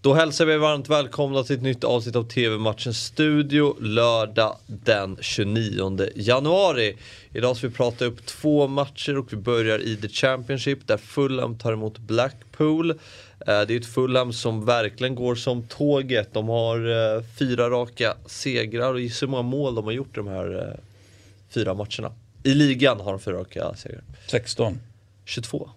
Då hälsar vi varmt välkomna till ett nytt avsnitt av TV-matchens studio lördag den 29 januari. Idag ska vi prata upp 2 matcher och vi börjar i The Championship där Fulham tar emot Blackpool. Det är ett Fulham som verkligen går som tåget. De har 4 raka segrar och gissa hur många mål de har gjort de här 4 matcherna. I ligan har de 4 raka segrar. 16. 22.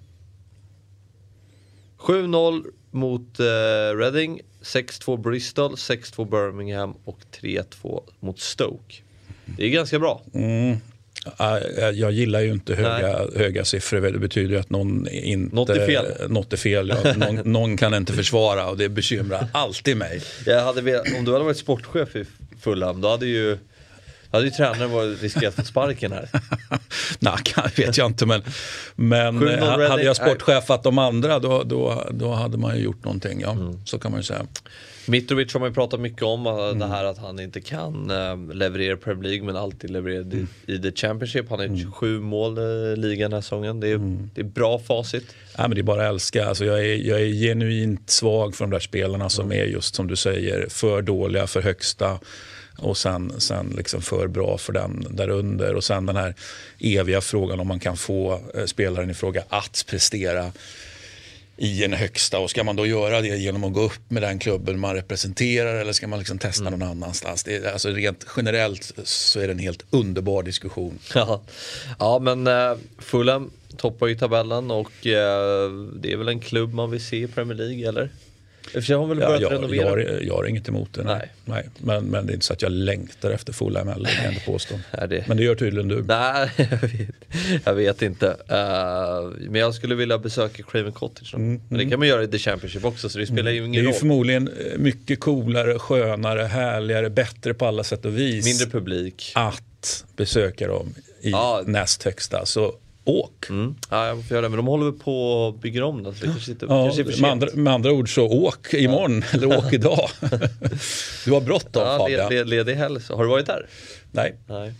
7-0 mot Reading, 6-2 Bristol, 6-2 Birmingham och 3-2 mot Stoke. Det är ganska bra. Jag gillar ju inte höga siffror. Det betyder ju att något är fel. Ja. Någon kan inte försvara och det bekymrar alltid mig. Om du hade varit sportchef i Fulham, då hade ju tränaren riskerat för sparken här. Nej, vet jag inte. Men hade jag sportchefat de andra då hade man ju gjort någonting. Ja, så kan man ju säga. Mitrovic har man ju pratat mycket om det här att han inte kan leverera Premier League men alltid leverera i The Championship. Han har gjort 7 mål i ligan den här säsongen. Det är bra facit. Ja, men det är bara att älska. Alltså, jag är genuint svag för de där spelarna som är just som du säger för dåliga, för högsta. Och sen liksom för bra för den där under. Och sen den här eviga frågan om man kan få spelaren i fråga att prestera i en högsta. Och ska man då göra det genom att gå upp med den klubben man representerar eller ska man liksom testa någon annanstans? Det är, alltså rent generellt så är det en helt underbar diskussion. Ja, men Fulham toppar ju tabellen och det är väl en klubb man vill se i Premier League, eller? Jag har väl börjat renovera. Jag har inget emot det. Nej. Men det är inte så att jag längtar efter Fulham eller kan jag inte påstå. Men det gör tydligen du. Nej, jag vet inte. Men jag skulle vilja besöka Craven Cottage. Men det kan man göra i The Championship också, så det spelar ju ingen roll. Det är ju förmodligen mycket coolare, skönare, härligare, bättre på alla sätt och vis. Mindre publik. Att besöka dem i näst högsta. Så åk. Ja, jag får göra det. Men de håller väl på att bygga om den. Med andra ord så åk imorgon eller åk idag. Du har bråttom, Fabian. Ledig helg. Har du varit där? Nej.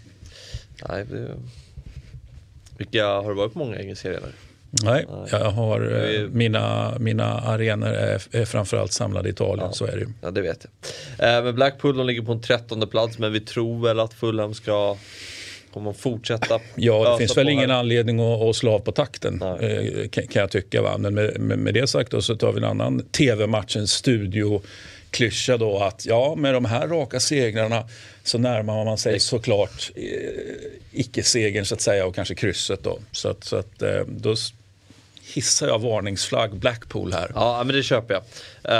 Har du varit på många engelserier? Nej, jag har mina arenor är framförallt samlade i Italien, så är det ju. Ja, det vet jag. Men Blackpool, de ligger på en 13:e plats, men vi tror väl att Fulham ska kommer fortsätta. Ja, det finns väl ingen anledning att slå av på takten, kan jag tycka. Va? Men med det sagt då, så tar vi en annan TV-matchens studio-klyscha då att med de här raka segrarna så närmar man sig såklart icke-segern så att säga och kanske krysset då. Så att då hissar jag varningsflagg Blackpool här. Ja, men det köper jag.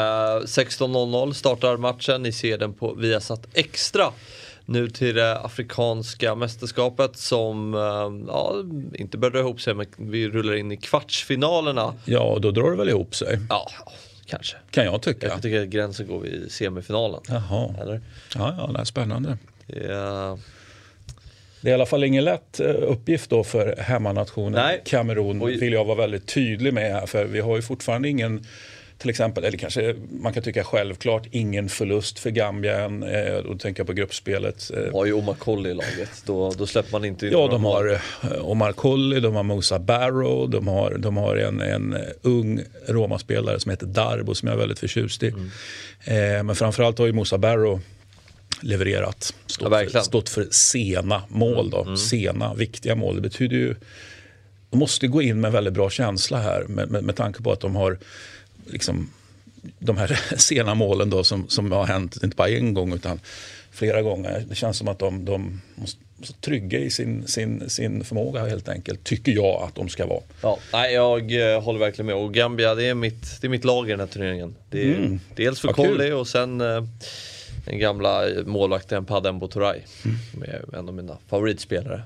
16:00 startar matchen. Ni ser den på Viasat Extra. Nu till det afrikanska mästerskapet som inte börjar ihop sig, men vi rullar in i kvartsfinalerna. Ja, då drar det väl ihop sig. Ja, kanske. Kan jag tycka. Jag tycker att gränsen går vid semifinalen. Jaha. Eller? Ja, det är spännande. Ja. Det är i alla fall ingen lätt uppgift då för hemmanationen Kamerun. Vill jag vara väldigt tydlig med här, för vi har ju fortfarande ingen, till exempel, eller kanske man kan tycka självklart, ingen förlust för Gambia än. Då tänker jag på gruppspelet. Har ju Omar Colley i laget. Då släpper man inte in. Ja, de har Omar Colley, de har Musa Barrow, de har en ung Roma-spelare som heter Darbo som jag är väldigt förtjust i. Men framförallt har ju Musa Barrow levererat. Stått för sena mål då. Sena, viktiga mål. Det betyder ju, de måste gå in med en väldigt bra känsla här med tanke på att de har liksom de här sena målen då som har hänt inte bara en gång utan flera gånger. Det känns som att de måste trygga i sin förmåga helt enkelt, tycker jag att de ska vara. Ja, nej, jag håller verkligen med. Och Gambia, det är mitt lag i den här turneringen. Det är dels för Colley och sen den gamla målvakten Padembo Toray som är en av mina favoritspelare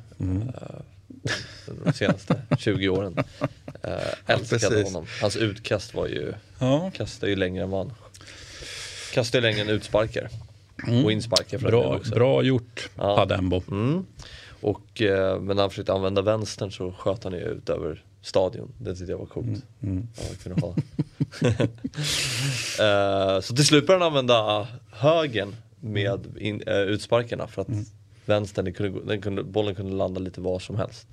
de senaste 20 åren. Älskade honom. Hans utkast var ju kastade ju längre än man. Kastade längre än utsparkar. Och insparkar för bra gjort, Padembo. Och men när han försökte använda vänstern så sköt han ju ut över stadion. Det tyckte jag var coolt. Så till slut började han använda högen med utsparkarna för att vänstern, bollen kunde landa lite var som helst.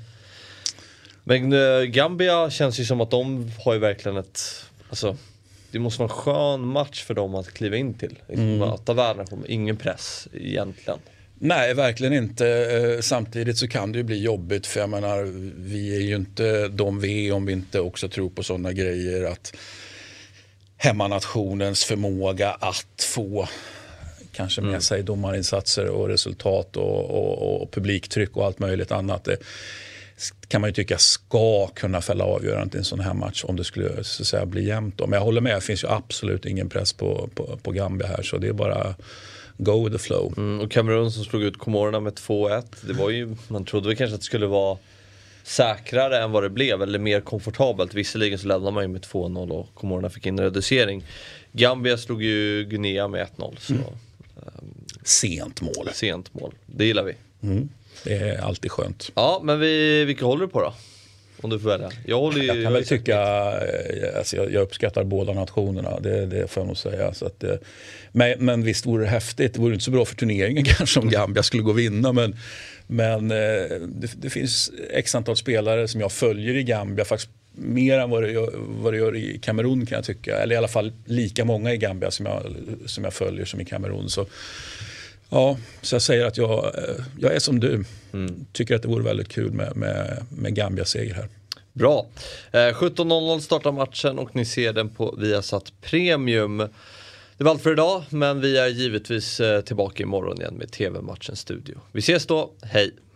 Men Gambia känns ju som att de har ju verkligen det måste vara en skön match för dem att kliva in till. Möta världen, ingen press egentligen. Nej, verkligen inte. Samtidigt så kan det ju bli jobbigt, för jag menar, vi är ju inte de vi om vi inte också tror på sådana grejer, att hemmanationens förmåga att få kanske med sig domarinsatser och resultat och publiktryck och allt möjligt annat. Det kan man ju tycka ska kunna fälla avgörande i en sån här match om det skulle så att säga bli jämnt då. Men jag håller med, det finns ju absolut ingen press på Gambia här, så det är bara go with the flow. Och Kamerun som slog ut Komorerna med 2-1, det var ju, man trodde väl kanske att det skulle vara säkrare än vad det blev, eller mer komfortabelt. Visserligen så ledde man ju med 2-0 och Komorerna fick in reducering. Gambia slog ju Guinea med 1-0. Så, Sent mål. Det gillar vi. Det är alltid skönt. Ja, men vilka håller du på då? Om du får välja. Jag kan väl tycka, alltså jag uppskattar båda nationerna, det får jag nog säga. Så att, men visst vore det häftigt, det vore inte så bra för turneringen kanske om Gambia skulle gå och vinna, men det finns x antal spelare som jag följer i Gambia, faktiskt mer än vad det gör i Kamerun kan jag tycka, eller i alla fall lika många i Gambia som jag följer som i Kamerun. Så ja, så jag säger att jag är som du. Tycker att det vore väldigt kul med Gambia-seger här. Bra. 17.00 startar matchen och ni ser den på Viasat Premium. Det var allt för idag, men vi är givetvis tillbaka imorgon igen med TV-matchens studio. Vi ses då, hej!